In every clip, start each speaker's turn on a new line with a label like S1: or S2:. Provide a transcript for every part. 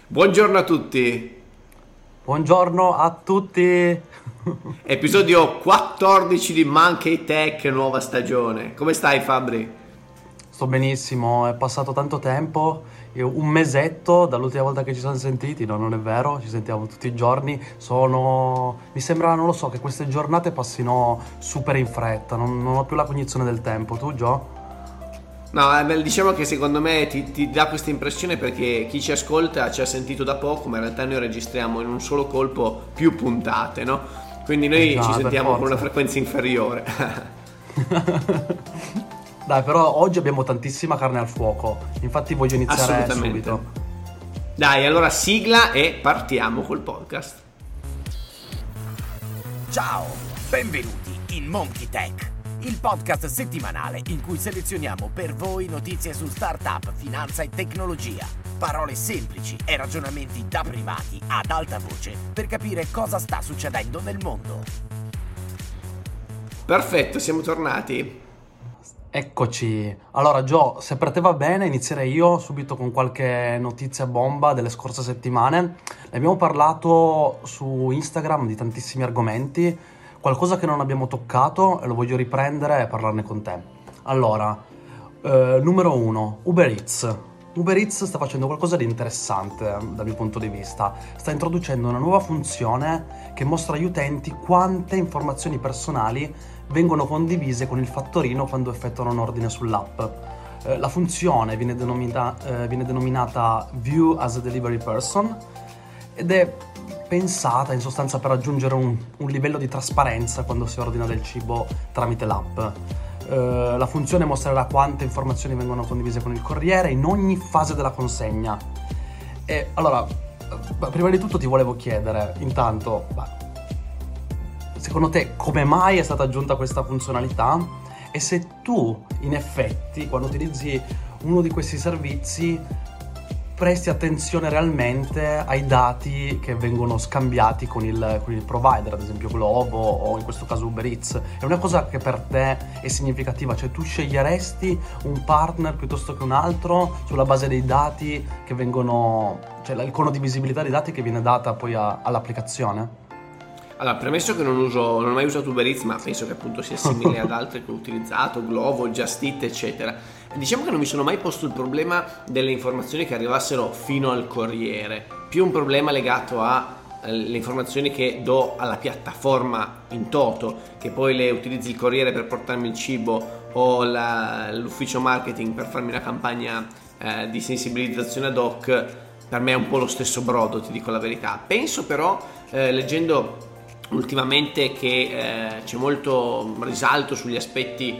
S1: Buongiorno a tutti,
S2: Buongiorno a tutti.
S1: episodio 14 di Monkey Tech, nuova stagione. Come stai, Fabri?
S2: Sto benissimo, è passato tanto tempo, un mesetto dall'ultima volta che ci siamo sentiti, no, non è vero, ci sentiamo tutti i giorni. Mi sembra, non lo so, che queste giornate passino super in fretta, non ho più la cognizione del tempo. Tu, Gio?
S1: No, diciamo che secondo me ti dà questa impressione perché chi ci ascolta ci ha sentito da poco, ma in realtà noi registriamo in un solo colpo più puntate, no? Quindi noi
S2: Già,
S1: ci
S2: per
S1: sentiamo con una
S2: forza.
S1: frequenza inferiore.
S2: Dai, però oggi abbiamo tantissima carne al fuoco, infatti voglio iniziare
S1: Assolutamente.
S2: subito.
S1: Dai, allora sigla e partiamo col podcast.
S3: Ciao, benvenuti in Monkey Tech, il podcast settimanale in cui selezioniamo per voi notizie su startup, finanza e tecnologia. Parole semplici e ragionamenti da privati ad alta voce per capire cosa sta succedendo nel mondo.
S1: Perfetto, siamo tornati.
S2: Eccoci. Allora, Gio, se per te va bene, inizierei io subito con qualche notizia bomba delle scorse settimane. Ne abbiamo parlato su Instagram di tantissimi argomenti, qualcosa che non abbiamo toccato e lo voglio riprendere e parlarne con te. Allora, numero 1, Uber Eats. Uber Eats sta facendo qualcosa di interessante dal mio punto di vista. Sta introducendo una nuova funzione che mostra agli utenti quante informazioni personali vengono condivise con il fattorino quando effettuano un ordine sull'app. La funzione viene denominata View as a Delivery Person ed è pensata in sostanza per raggiungere un livello di trasparenza quando si ordina del cibo tramite l'app. La funzione mostrerà quante informazioni vengono condivise con il corriere in ogni fase della consegna. E allora, prima di tutto ti volevo chiedere, intanto, secondo te come mai è stata aggiunta questa funzionalità? E se tu, in effetti, quando utilizzi uno di questi servizi, presti attenzione realmente ai dati che vengono scambiati con il provider, ad esempio Glovo o in questo caso Uber Eats. È una cosa che per te è significativa, cioè tu sceglieresti un partner piuttosto che un altro sulla base dei dati che vengono, cioè l'icono di visibilità dei dati che viene data poi all'applicazione?
S1: Allora, premesso che non ho mai usato Uber Eats, ma penso che appunto sia simile ad altre che ho utilizzato, Glovo, Just Eat, eccetera. Diciamo che non mi sono mai posto il problema delle informazioni che arrivassero fino al corriere, più un problema legato alle informazioni che do alla piattaforma in toto, che poi le utilizzi il corriere per portarmi il cibo o l'ufficio marketing per farmi una campagna di sensibilizzazione ad hoc. Per me è un po' lo stesso brodo, ti dico la verità. Penso però, leggendo ultimamente che c'è molto risalto sugli aspetti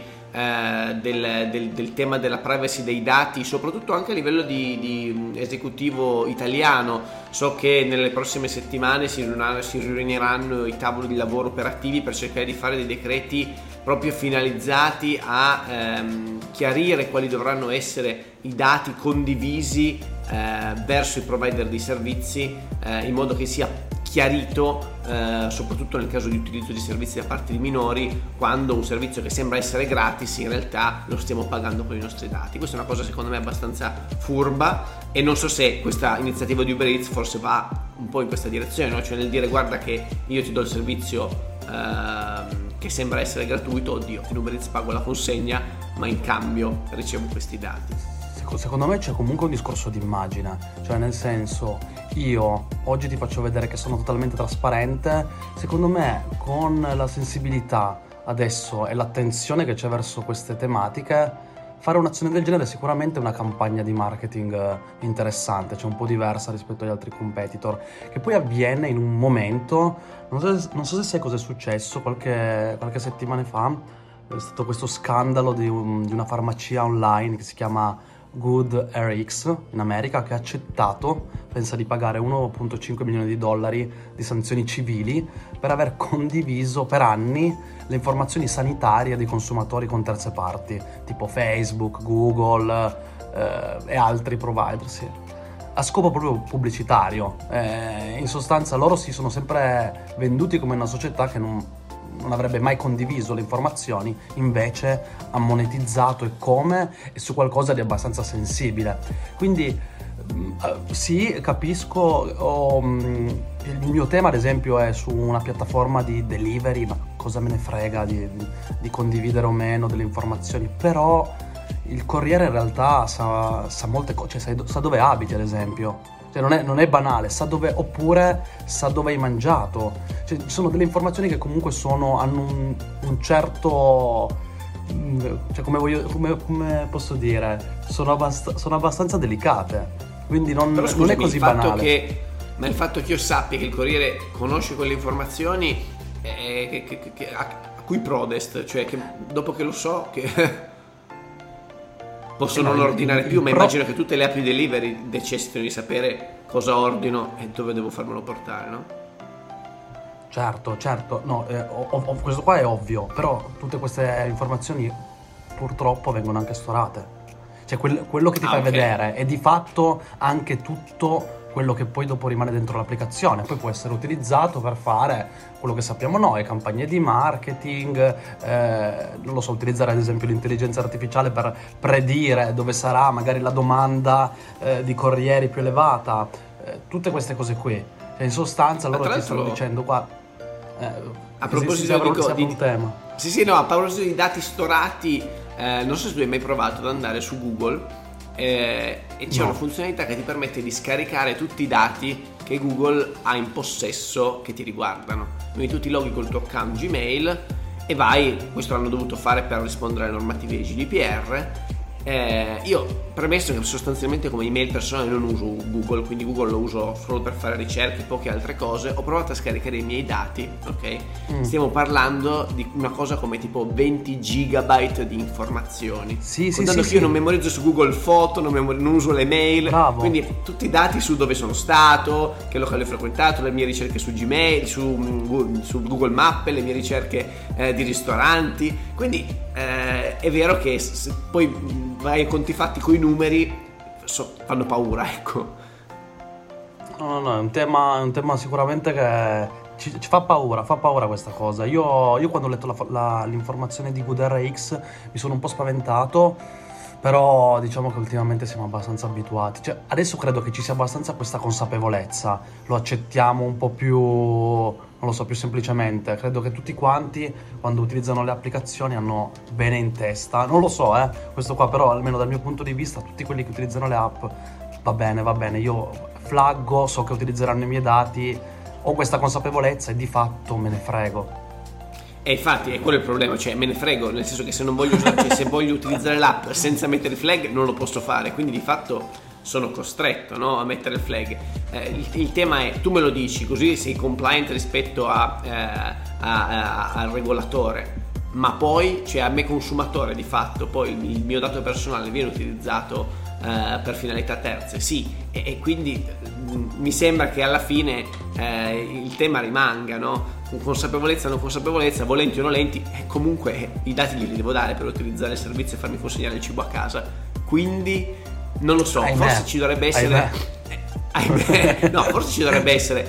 S1: del tema della privacy dei dati, soprattutto anche a livello di esecutivo italiano. So che nelle prossime settimane si riuniranno i tavoli di lavoro operativi per cercare di fare dei decreti proprio finalizzati a chiarire quali dovranno essere i dati condivisi verso i provider di servizi, in modo che sia chiarito, soprattutto nel caso di utilizzo di servizi da parte di minori, quando un servizio che sembra essere gratis in realtà lo stiamo pagando con i nostri dati. Questa è una cosa secondo me abbastanza furba e non so se questa iniziativa di Uber Eats forse va un po' in questa direzione, no? Cioè nel dire guarda che io ti do il servizio che sembra essere gratuito, oddio, in Uber Eats pago la consegna ma in cambio ricevo questi dati.
S2: Secondo me c'è comunque un discorso di immagine, cioè nel senso, io oggi ti faccio vedere che sono totalmente trasparente. Secondo me con la sensibilità adesso e l'attenzione che c'è verso queste tematiche, fare un'azione del genere è sicuramente una campagna di marketing interessante, cioè un po' diversa rispetto agli altri competitor, che poi avviene in un momento, non so se sai cosa è successo qualche settimana fa. È stato questo scandalo di una farmacia online che si chiama GoodRx in America, che ha accettato, pensa di pagare 1,5 milioni di dollari di sanzioni civili per aver condiviso per anni le informazioni sanitarie dei consumatori con terze parti, tipo Facebook, Google e altri provider, sì, a scopo proprio pubblicitario. In sostanza loro si sono sempre venduti come una società che non avrebbe mai condiviso le informazioni, invece ha monetizzato e come, e su qualcosa di abbastanza sensibile. Quindi Sì, capisco. Il mio tema, ad esempio, è su una piattaforma di delivery, ma cosa me ne frega di condividere o meno delle informazioni. Però il corriere in realtà sa molte cose, cioè sa dove abiti, ad esempio. Cioè non è banale, oppure sa dove hai mangiato. Cioè, ci sono delle informazioni che comunque hanno un certo... Cioè, come posso dire, sono abbastanza delicate. Quindi non è così banale.
S1: Ma il fatto che io sappia che il Corriere conosce quelle informazioni a cui prodest, cioè che dopo che lo so che posso non ordinare più, ma immagino che tutte le app di delivery necessitano di sapere cosa ordino e dove devo farmelo portare, no?
S2: Certo, no, questo qua è ovvio, però tutte queste informazioni purtroppo vengono anche storate. Cioè quello che ti fai vedere è di fatto anche tutto quello che poi dopo rimane dentro l'applicazione, poi può essere utilizzato per fare quello che sappiamo noi, campagne di marketing, non lo so, utilizzare ad esempio l'intelligenza artificiale per predire dove sarà magari la domanda di corrieri più elevata, tutte queste cose qui. Cioè, in sostanza loro ti stanno dicendo qua...
S1: a proposito
S2: di un tema.
S1: Sì, no, a proposito di dati storati, non so se tu hai mai provato ad andare su Google e c'è una funzionalità che ti permette di scaricare tutti i dati che Google ha in possesso che ti riguardano. Quindi tu ti loghi col tuo account Gmail e vai, questo l'hanno dovuto fare per rispondere alle normative di GDPR. Io premesso che sostanzialmente come email personale non uso Google, quindi Google lo uso solo per fare ricerche e poche altre cose. Ho provato a scaricare i miei dati, ok? Stiamo parlando di una cosa come tipo 20 gigabyte di informazioni. Contando che io non memorizzo su Google foto, non uso le mail.
S2: Bravo.
S1: Quindi tutti i dati su dove sono stato, che locale ho frequentato, le mie ricerche su Gmail, su Google Maps, le mie ricerche di ristoranti. Quindi è vero che poi vai ai conti fatti coi numeri, fanno paura, ecco.
S2: No, è un tema sicuramente che ci fa paura questa cosa. Io quando ho letto l'informazione di GoodRx mi sono un po' spaventato, però diciamo che ultimamente siamo abbastanza abituati. Cioè, adesso credo che ci sia abbastanza questa consapevolezza, lo accettiamo un po' più, non lo so, più semplicemente. Credo che tutti quanti quando utilizzano le applicazioni hanno bene in testa, non lo so, questo qua, però almeno dal mio punto di vista tutti quelli che utilizzano le app va bene, io flaggo, so che utilizzeranno i miei dati, ho questa consapevolezza e di fatto me ne frego.
S1: E infatti è quello il problema, cioè me ne frego, nel senso che se non voglio se voglio utilizzare l'app senza mettere il flag non lo posso fare, quindi di fatto sono costretto, no, a mettere il flag. Il tema è, tu me lo dici, così sei compliant rispetto al regolatore, ma poi, cioè a me consumatore di fatto, poi il mio dato personale viene utilizzato per finalità terze, sì, e quindi mi sembra che alla fine il tema rimanga, no? Consapevolezza, non consapevolezza, volenti o nolenti, comunque i dati glieli devo dare per utilizzare il servizio e farmi consegnare il cibo a casa, quindi non lo so, forse ci dovrebbe essere no, forse ci dovrebbe essere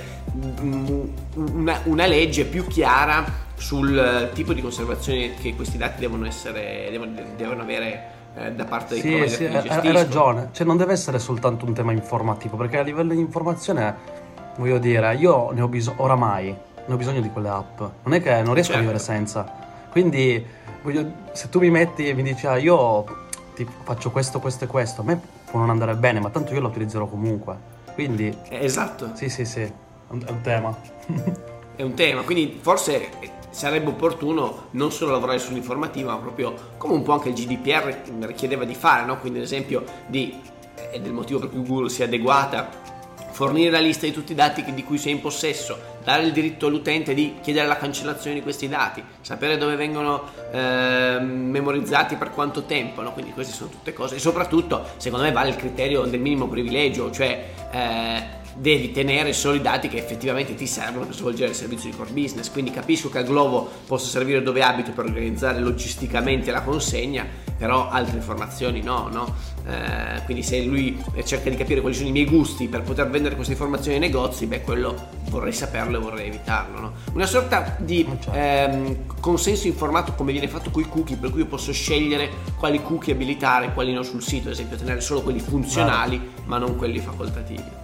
S1: una legge più chiara sul tipo di conservazione che questi dati devono avere da parte dei provider che li gestiscono.
S2: Hai ragione, cioè non deve essere soltanto un tema informativo, perché a livello di informazione, voglio dire, io oramai ne ho bisogno di quelle app, non è che non riesco a vivere senza, quindi se tu mi metti e mi dici io ti faccio questo e questo, a me può non andare bene, ma tanto io lo utilizzerò comunque, quindi
S1: esatto,
S2: sì, è un tema.
S1: È un tema, quindi forse sarebbe opportuno non solo lavorare sull'informativa, ma proprio come un po' anche il GDPR richiedeva di fare, no? Quindi ad esempio ed è il motivo per cui Google si è adeguata, fornire la lista di tutti i dati di cui sei in possesso, dare il diritto all'utente di chiedere la cancellazione di questi dati, sapere dove vengono memorizzati, per quanto tempo, no? Quindi queste sono tutte cose, e soprattutto secondo me vale il criterio del minimo privilegio, cioè devi tenere solo i dati che effettivamente ti servono per svolgere il servizio di core business. Quindi capisco che al Glovo possa servire dove abito per organizzare logisticamente la consegna, però altre informazioni no? Quindi se lui cerca di capire quali sono i miei gusti per poter vendere queste informazioni ai negozi, quello vorrei saperlo e vorrei evitarlo, no? Una sorta di consenso informato come viene fatto con i cookie, per cui io posso scegliere quali cookie abilitare, quali no sul sito, ad esempio tenere solo quelli funzionali ma non quelli facoltativi.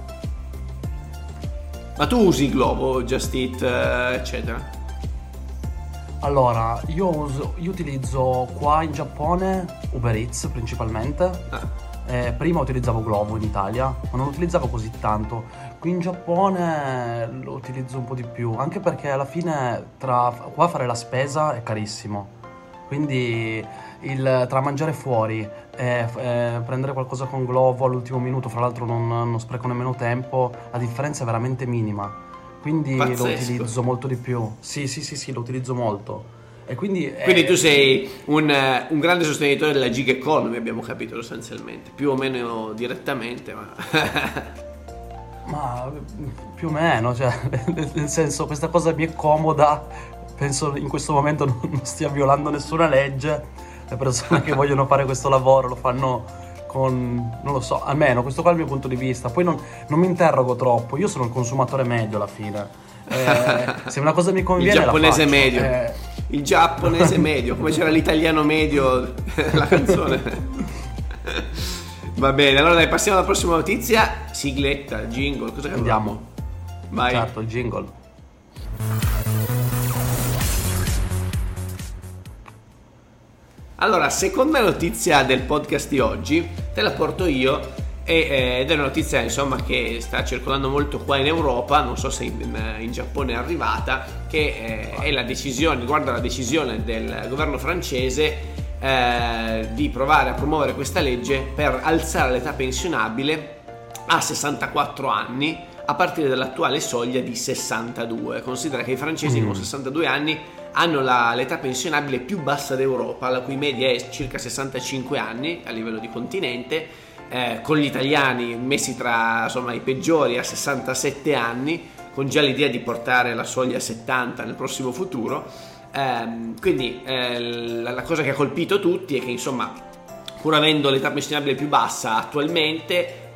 S1: Ma tu usi Glovo, Just Eat, eccetera?
S2: Allora, io utilizzo qua in Giappone Uber Eats principalmente. Prima utilizzavo Glovo in Italia, ma non lo utilizzavo così tanto. Qui in Giappone lo utilizzo un po' di più, anche perché alla fine qua fare la spesa è carissimo. Quindi tra mangiare fuori e prendere qualcosa con Glovo all'ultimo minuto, fra l'altro non spreco nemmeno tempo, la differenza è veramente minima. Quindi
S1: Pazzesco.
S2: lo utilizzo molto di più. Sì, lo utilizzo molto. E quindi
S1: tu sei un grande sostenitore della gig economy, abbiamo capito sostanzialmente, più o meno direttamente, ma
S2: ma più o meno, cioè, nel senso, questa cosa mi è comoda. Penso in questo momento non stia violando nessuna legge. Le persone che vogliono fare questo lavoro lo fanno con, non lo so, almeno questo qua è il mio punto di vista. Poi non mi interrogo troppo, io sono il consumatore medio alla fine. Se una cosa mi conviene,
S1: il giapponese
S2: la faccio.
S1: medio. Il giapponese medio, come c'era l'italiano medio, la canzone. Va bene, allora dai, passiamo alla prossima notizia. Sigletta, jingle, cosa che
S2: Andiamo.
S1: Vai.
S2: Certo, il jingle.
S1: Allora, seconda notizia del podcast di oggi, te la porto io ed è una notizia insomma che sta circolando molto qua in Europa, non so se in Giappone è arrivata, che è la decisione, riguarda la decisione del governo francese di provare a promuovere questa legge per alzare l'età pensionabile a 64 anni a partire dall'attuale soglia di 62. Considera che i francesi con 62 anni hanno l'età pensionabile più bassa d'Europa, la cui media è circa 65 anni a livello di continente, con gli italiani messi tra insomma i peggiori a 67 anni, con già l'idea di portare la soglia a 70 nel prossimo futuro. Quindi la cosa che ha colpito tutti è che insomma, pur avendo l'età pensionabile più bassa attualmente,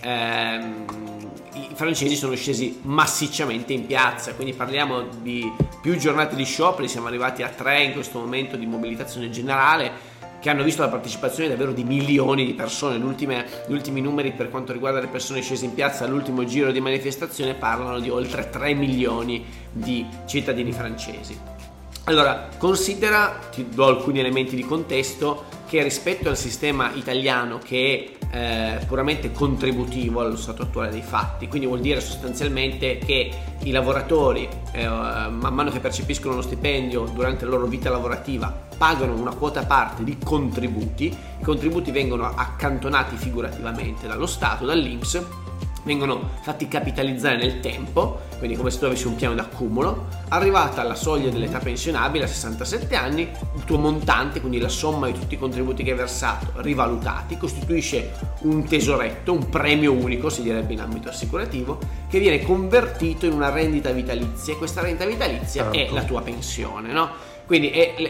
S1: i francesi sono scesi massicciamente in piazza, quindi parliamo di più giornate di scioperi, siamo arrivati a 3 in questo momento di mobilitazione generale, che hanno visto la partecipazione davvero di milioni di persone. Gli ultimi numeri per quanto riguarda le persone scese in piazza all'ultimo giro di manifestazione parlano di oltre 3 milioni di cittadini francesi. Allora, considera, ti do alcuni elementi di contesto, che rispetto al sistema italiano, che è puramente contributivo allo stato attuale dei fatti, quindi vuol dire sostanzialmente che i lavoratori man mano che percepiscono lo stipendio durante la loro vita lavorativa pagano una quota parte di contributi. I contributi vengono accantonati figurativamente dallo Stato, dall'INPS, vengono fatti capitalizzare nel tempo, quindi come se tu avessi un piano d'accumulo. Arrivata alla soglia dell'età pensionabile a 67 anni, il tuo montante, quindi la somma di tutti i contributi che hai versato rivalutati, costituisce un tesoretto, un premio unico, si direbbe in ambito assicurativo, che viene convertito in una rendita vitalizia, e questa rendita vitalizia è la tua pensione, no? Quindi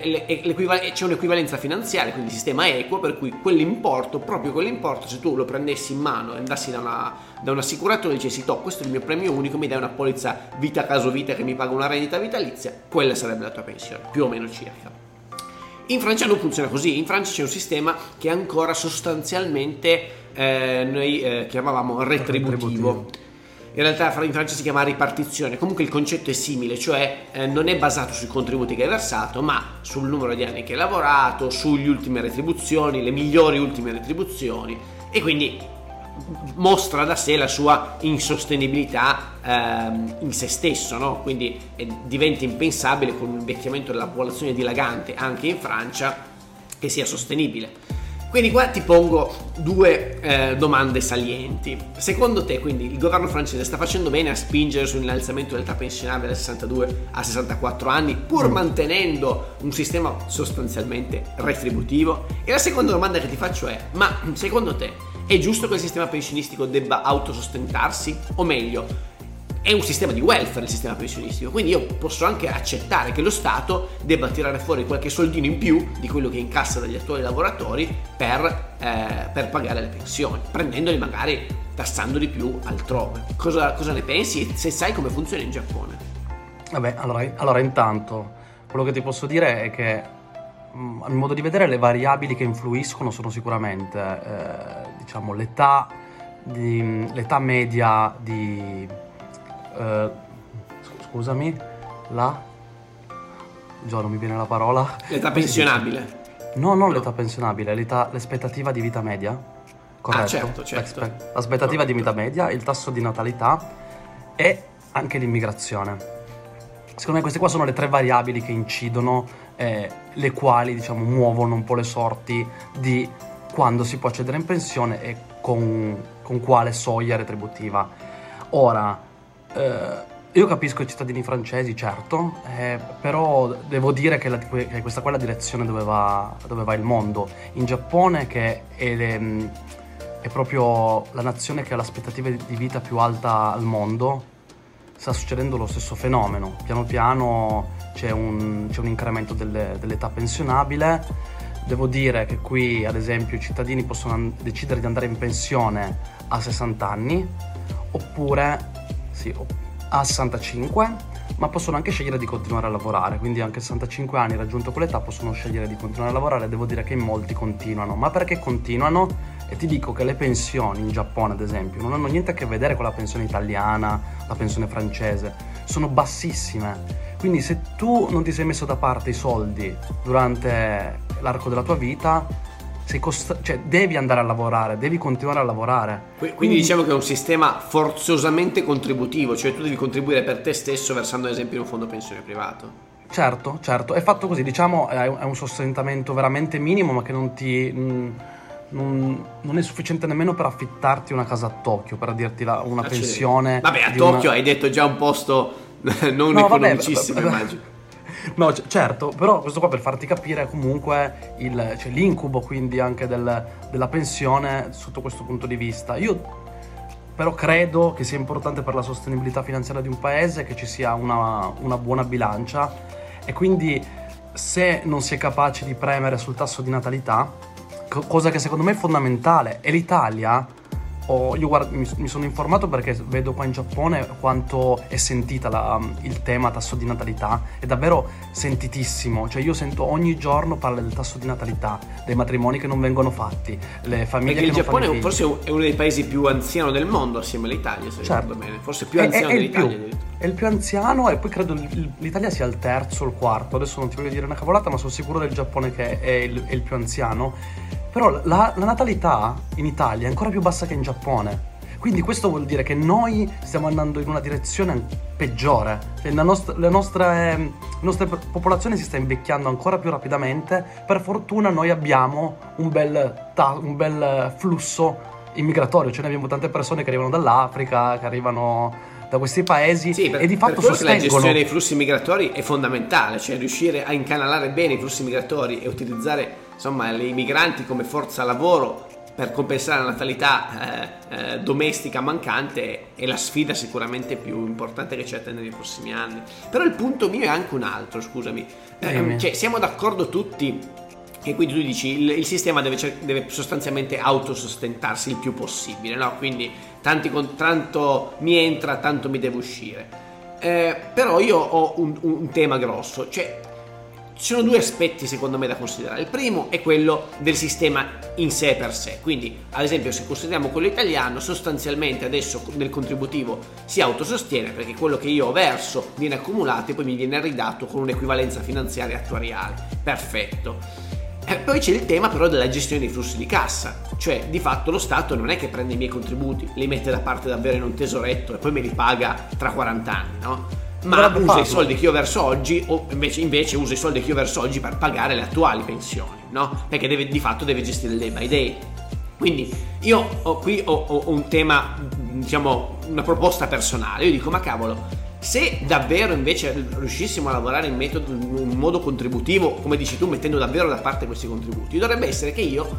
S1: c'è un'equivalenza finanziaria, quindi il sistema è equo, per cui quell'importo, proprio quell'importo, se tu lo prendessi in mano e andassi da un assicuratore e dicessi questo è il mio premio unico, mi dai una polizza vita caso vita che mi paga una rendita vitalizia, quella sarebbe la tua pensione, più o meno circa. In Francia non funziona così. In Francia c'è un sistema che ancora sostanzialmente noi chiamavamo retributivo. In realtà in Francia si chiama ripartizione, comunque il concetto è simile, cioè non è basato sui contributi che hai versato, ma sul numero di anni che hai lavorato, sulle ultime retribuzioni, le migliori ultime retribuzioni, e quindi mostra da sé la sua insostenibilità in se stesso, no? Quindi diventa impensabile, con un invecchiamento della popolazione dilagante anche in Francia, che sia sostenibile. Quindi qua ti pongo due domande salienti. Secondo te, quindi, il governo francese sta facendo bene a spingere sull'innalzamento dell'età pensionabile da 62 a 64 anni, pur mantenendo un sistema sostanzialmente retributivo? E la seconda domanda che ti faccio è: ma secondo te È giusto che il sistema pensionistico debba autosostentarsi? O meglio, è un sistema di welfare il sistema pensionistico, quindi io posso anche accettare che lo Stato debba tirare fuori qualche soldino in più di quello che incassa dagli attuali lavoratori per pagare le pensioni, prendendoli magari tassando di più altrove. Cosa ne pensi, se sai come funziona in Giappone?
S2: Vabbè, allora intanto quello che ti posso dire è che a mio modo di vedere le variabili che influiscono sono sicuramente diciamo l'età media di scusami, non mi viene la parola.
S1: L'età pensionabile?
S2: No, non l'età pensionabile, l'aspettativa di vita media. Corretto?
S1: Certo.
S2: L'aspettativa di vita media, il tasso di natalità e anche l'immigrazione. Secondo me queste qua sono le 3 variabili che incidono, le quali diciamo muovono un po' le sorti di quando si può accedere in pensione e con quale soglia retributiva. Ora, io capisco i cittadini francesi, certo, però devo dire che questa qua è la direzione dove va il mondo. In Giappone, che è proprio la nazione che ha l'aspettativa di vita più alta al mondo, sta succedendo lo stesso fenomeno. Piano piano c'è un incremento dell'età pensionabile. Devo dire che qui, ad esempio, i cittadini possono decidere di andare in pensione a 60 anni, oppure a 65, ma possono anche scegliere di continuare a lavorare, quindi anche a 65 anni, raggiunto quell'età, possono scegliere di continuare a lavorare. Devo dire che in molti continuano. Ma perché continuano? E ti dico che le pensioni in Giappone, ad esempio, non hanno niente a che vedere con la pensione italiana, la pensione francese, sono bassissime. Quindi se tu non ti sei messo da parte i soldi durante l'arco della tua vita, devi andare a lavorare, devi continuare a lavorare.
S1: Quindi diciamo che è un sistema forzosamente contributivo, cioè tu devi contribuire per te stesso versando ad esempio in un fondo pensione privato.
S2: Certo, è fatto così, diciamo è un sostentamento veramente minimo, ma che non è sufficiente nemmeno per affittarti una casa a Tokyo, per dirti una pensione.
S1: Vabbè, a Tokyo hai detto già un posto non economicissimo, immagino.
S2: No, certo, però questo qua per farti capire comunque c'è l'incubo quindi anche della pensione sotto questo punto di vista. Io però credo che sia importante per la sostenibilità finanziaria di un paese che ci sia una buona bilancia, e quindi se non si è capaci di premere sul tasso di natalità, cosa che secondo me è fondamentale, e l'Italia, io mi sono informato perché vedo qua in Giappone quanto è sentita il tema tasso di natalità, è davvero sentitissimo. Cioè io sento ogni giorno parlare del tasso di natalità, dei matrimoni che non vengono fatti, le famiglie
S1: perché
S2: che
S1: il Giappone
S2: non fanno figli.
S1: Forse è uno dei paesi più anziano del mondo assieme all'Italia, se ricordo bene, forse più anziano dell'Italia.
S2: È il più anziano, e poi credo l'Italia sia il terzo o il quarto, adesso non ti voglio dire una cavolata, ma sono sicuro del Giappone che è il più anziano. Però la natalità in Italia è ancora più bassa che in Giappone. Quindi questo vuol dire che noi stiamo andando in una direzione peggiore. Cioè la nostra popolazione si sta invecchiando ancora più rapidamente. Per fortuna noi abbiamo un bel flusso immigratorio. Cioè noi abbiamo tante persone che arrivano dall'Africa, che arrivano da questi paesi, e di fatto sostengono. La
S1: gestione dei flussi migratori è fondamentale, cioè riuscire a incanalare bene i flussi migratori e utilizzare insomma i migranti come forza lavoro per compensare la natalità domestica mancante è la sfida sicuramente più importante che ci attende nei prossimi anni. Però il punto mio è anche un altro, scusami, cioè siamo d'accordo tutti che quindi tu dici il sistema deve sostanzialmente autosostentarsi il più possibile, no? Quindi tanto mi entra, tanto mi deve uscire. Però io ho un tema grosso, cioè ci sono 2 aspetti secondo me da considerare. Il primo è quello del sistema in sé per sé, quindi ad esempio se consideriamo quello italiano, sostanzialmente adesso nel contributivo si autosostiene perché quello che io verso viene accumulato e poi mi viene ridato con un'equivalenza finanziaria attuariale. Perfetto. Poi c'è il tema però della gestione dei flussi di cassa, cioè di fatto lo Stato non è che prende i miei contributi, li mette da parte davvero in un tesoretto e poi me li paga tra 40 anni, no? Ma usa i soldi che io verso oggi, o invece usa i soldi che io verso oggi per pagare le attuali pensioni, no? Perché di fatto deve gestire il day by day. Quindi io ho un tema, diciamo, una proposta personale. Io dico, ma cavolo, se davvero invece riuscissimo a lavorare in modo contributivo, come dici tu, mettendo davvero da parte questi contributi, dovrebbe essere che io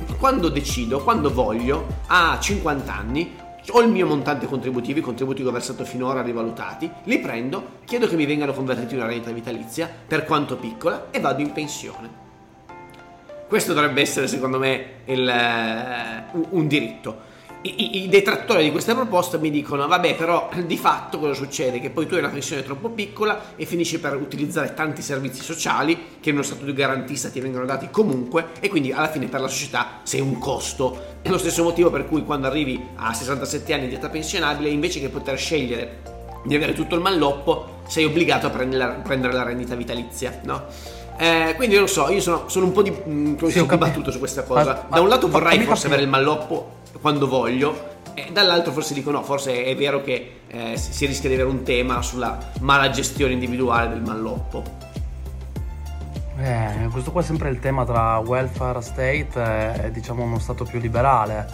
S1: quando decido, quando voglio, a 50 anni, ho il mio montante contributivo, i contributi che ho versato finora rivalutati, li prendo, chiedo che mi vengano convertiti in una rendita vitalizia, per quanto piccola, e vado in pensione. Questo dovrebbe essere, secondo me, un diritto. I detrattori di questa proposta mi dicono: vabbè, però di fatto cosa succede? Che poi tu hai una pensione troppo piccola e finisci per utilizzare tanti servizi sociali che in uno stato di garantista ti vengono dati comunque, e quindi alla fine per la società sei un costo. È lo stesso motivo per cui quando arrivi a 67 anni di età pensionabile, invece che poter scegliere di avere tutto il malloppo, sei obbligato a prendere la rendita vitalizia, no? Quindi non so, io sono un po' dibattuto su questa cosa. Da un lato vorrei forse avere il malloppo quando voglio, e dall'altro forse dico no, forse è vero che si rischia di avere un tema sulla mala gestione individuale del malloppo.
S2: Questo qua è sempre il tema tra welfare state e diciamo uno stato più liberale.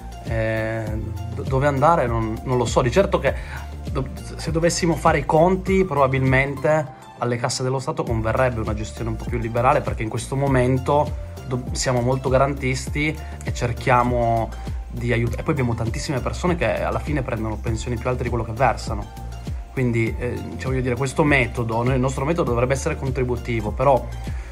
S2: Dove andare non lo so. Di certo che se dovessimo fare i conti, probabilmente alle casse dello Stato converrebbe una gestione un po' più liberale, perché in questo momento siamo molto garantisti e cerchiamo di aiutare. E poi abbiamo tantissime persone che alla fine prendono pensioni più alte di quello che versano. Quindi voglio dire, questo metodo, il nostro metodo dovrebbe essere contributivo, però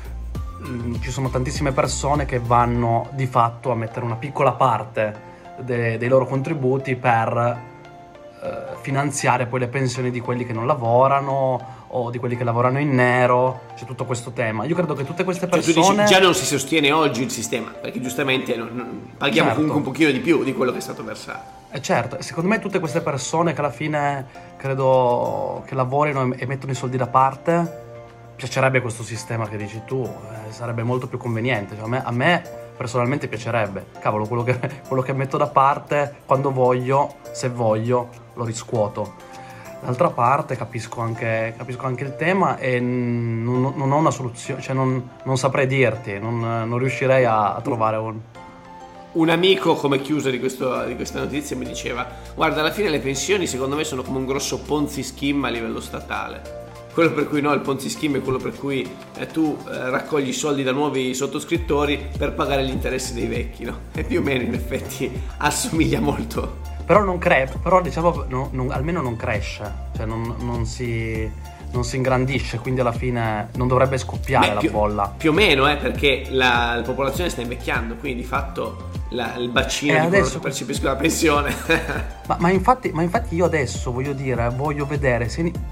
S2: ci sono tantissime persone che vanno di fatto a mettere una piccola parte dei loro contributi per finanziare poi le pensioni di quelli che non lavorano o di quelli che lavorano in nero. C'è tutto questo tema. Io credo che tutte queste persone,
S1: tu dici, già non si sostiene oggi il sistema, perché giustamente paghiamo comunque un pochino di più di quello che è stato versato.
S2: Certo, secondo me tutte queste persone che alla fine credo che lavorino e mettono i soldi da parte, piacerebbe questo sistema che dici tu, sarebbe molto più conveniente. Cioè, a me personalmente piacerebbe, cavolo, quello che metto da parte, quando voglio, se voglio, lo riscuoto. D'altra parte capisco anche il tema e non ho una soluzione, cioè non saprei dirti, non riuscirei a trovare
S1: un amico, come chiuso di questa notizia, mi diceva: guarda, alla fine le pensioni secondo me sono come un grosso Ponzi scheme a livello statale. Quello per cui il Ponzi scheme è quello per cui tu raccogli soldi da nuovi sottoscrittori per pagare gli interessi dei vecchi, no? E più o meno in effetti assomiglia molto.
S2: Però diciamo almeno non cresce, cioè non si ingrandisce, quindi alla fine non dovrebbe scoppiare la bolla.
S1: Più o meno, perché la popolazione sta invecchiando, quindi di fatto il bacino di quello che percepisco la pensione.
S2: ma infatti io adesso voglio vedere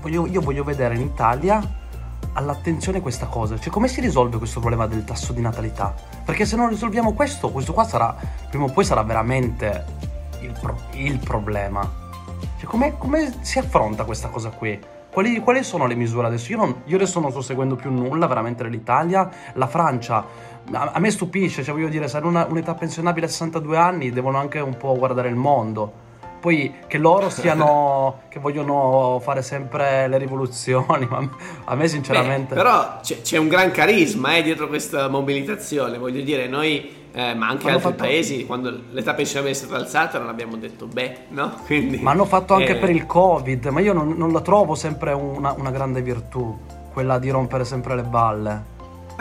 S2: in Italia all'attenzione questa cosa, cioè come si risolve questo problema del tasso di natalità? Perché se non risolviamo questo qua sarà, prima o poi sarà veramente il problema. Cioè come si affronta questa cosa qui? Quali sono le misure adesso? Io adesso non sto seguendo più nulla veramente dell'Italia. La Francia a me stupisce, cioè voglio dire, se hanno un'età pensionabile a 62 anni devono anche un po' guardare il mondo. Poi che loro siano che vogliono fare sempre le rivoluzioni, ma a me sinceramente
S1: però c'è un gran carisma dietro questa mobilitazione, voglio dire, noi ma anche altri paesi, quando l'età pensionabile è stata alzata non abbiamo detto no? Quindi,
S2: ma hanno fatto anche per il Covid, ma io non la trovo sempre una grande virtù, quella di rompere sempre le balle.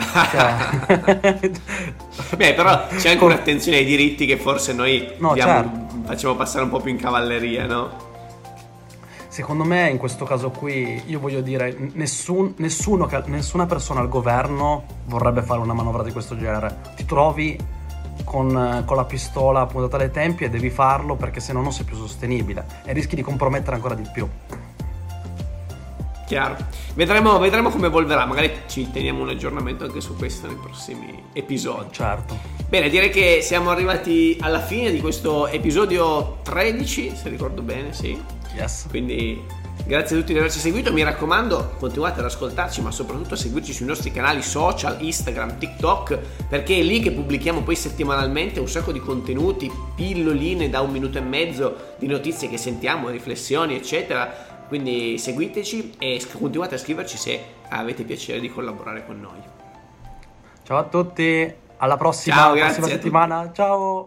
S1: Però c'è anche un'attenzione ai diritti che forse noi facciamo passare un po' più in cavalleria, no?
S2: Secondo me in questo caso qui, io voglio dire, nessuna persona al governo vorrebbe fare una manovra di questo genere. Ti trovi con la pistola puntata alle tempie e devi farlo, perché se no non sei più sostenibile e rischi di compromettere ancora di più.
S1: Chiaro. Vedremo come evolverà, magari ci teniamo un aggiornamento anche su questo nei prossimi episodi.
S2: Certo.
S1: Bene, direi che siamo arrivati alla fine di questo episodio 13, se ricordo bene, sì.
S2: Yes.
S1: Quindi grazie a tutti di averci seguito, mi raccomando continuate ad ascoltarci, ma soprattutto a seguirci sui nostri canali social, Instagram, TikTok, perché è lì che pubblichiamo poi settimanalmente un sacco di contenuti, pilloline da 1 minuto e mezzo di notizie che sentiamo, riflessioni eccetera. Quindi seguiteci e continuate a scriverci se avete piacere di collaborare con noi.
S2: Ciao a tutti, alla prossima,
S1: ciao,
S2: prossima settimana, ciao!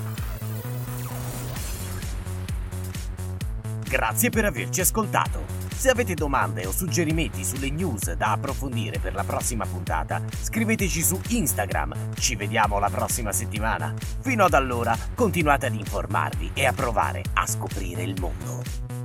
S3: Grazie per averci ascoltato. Se avete domande o suggerimenti sulle news da approfondire per la prossima puntata, scriveteci su Instagram. Ci vediamo la prossima settimana. Fino ad allora, continuate ad informarvi e a provare a scoprire il mondo.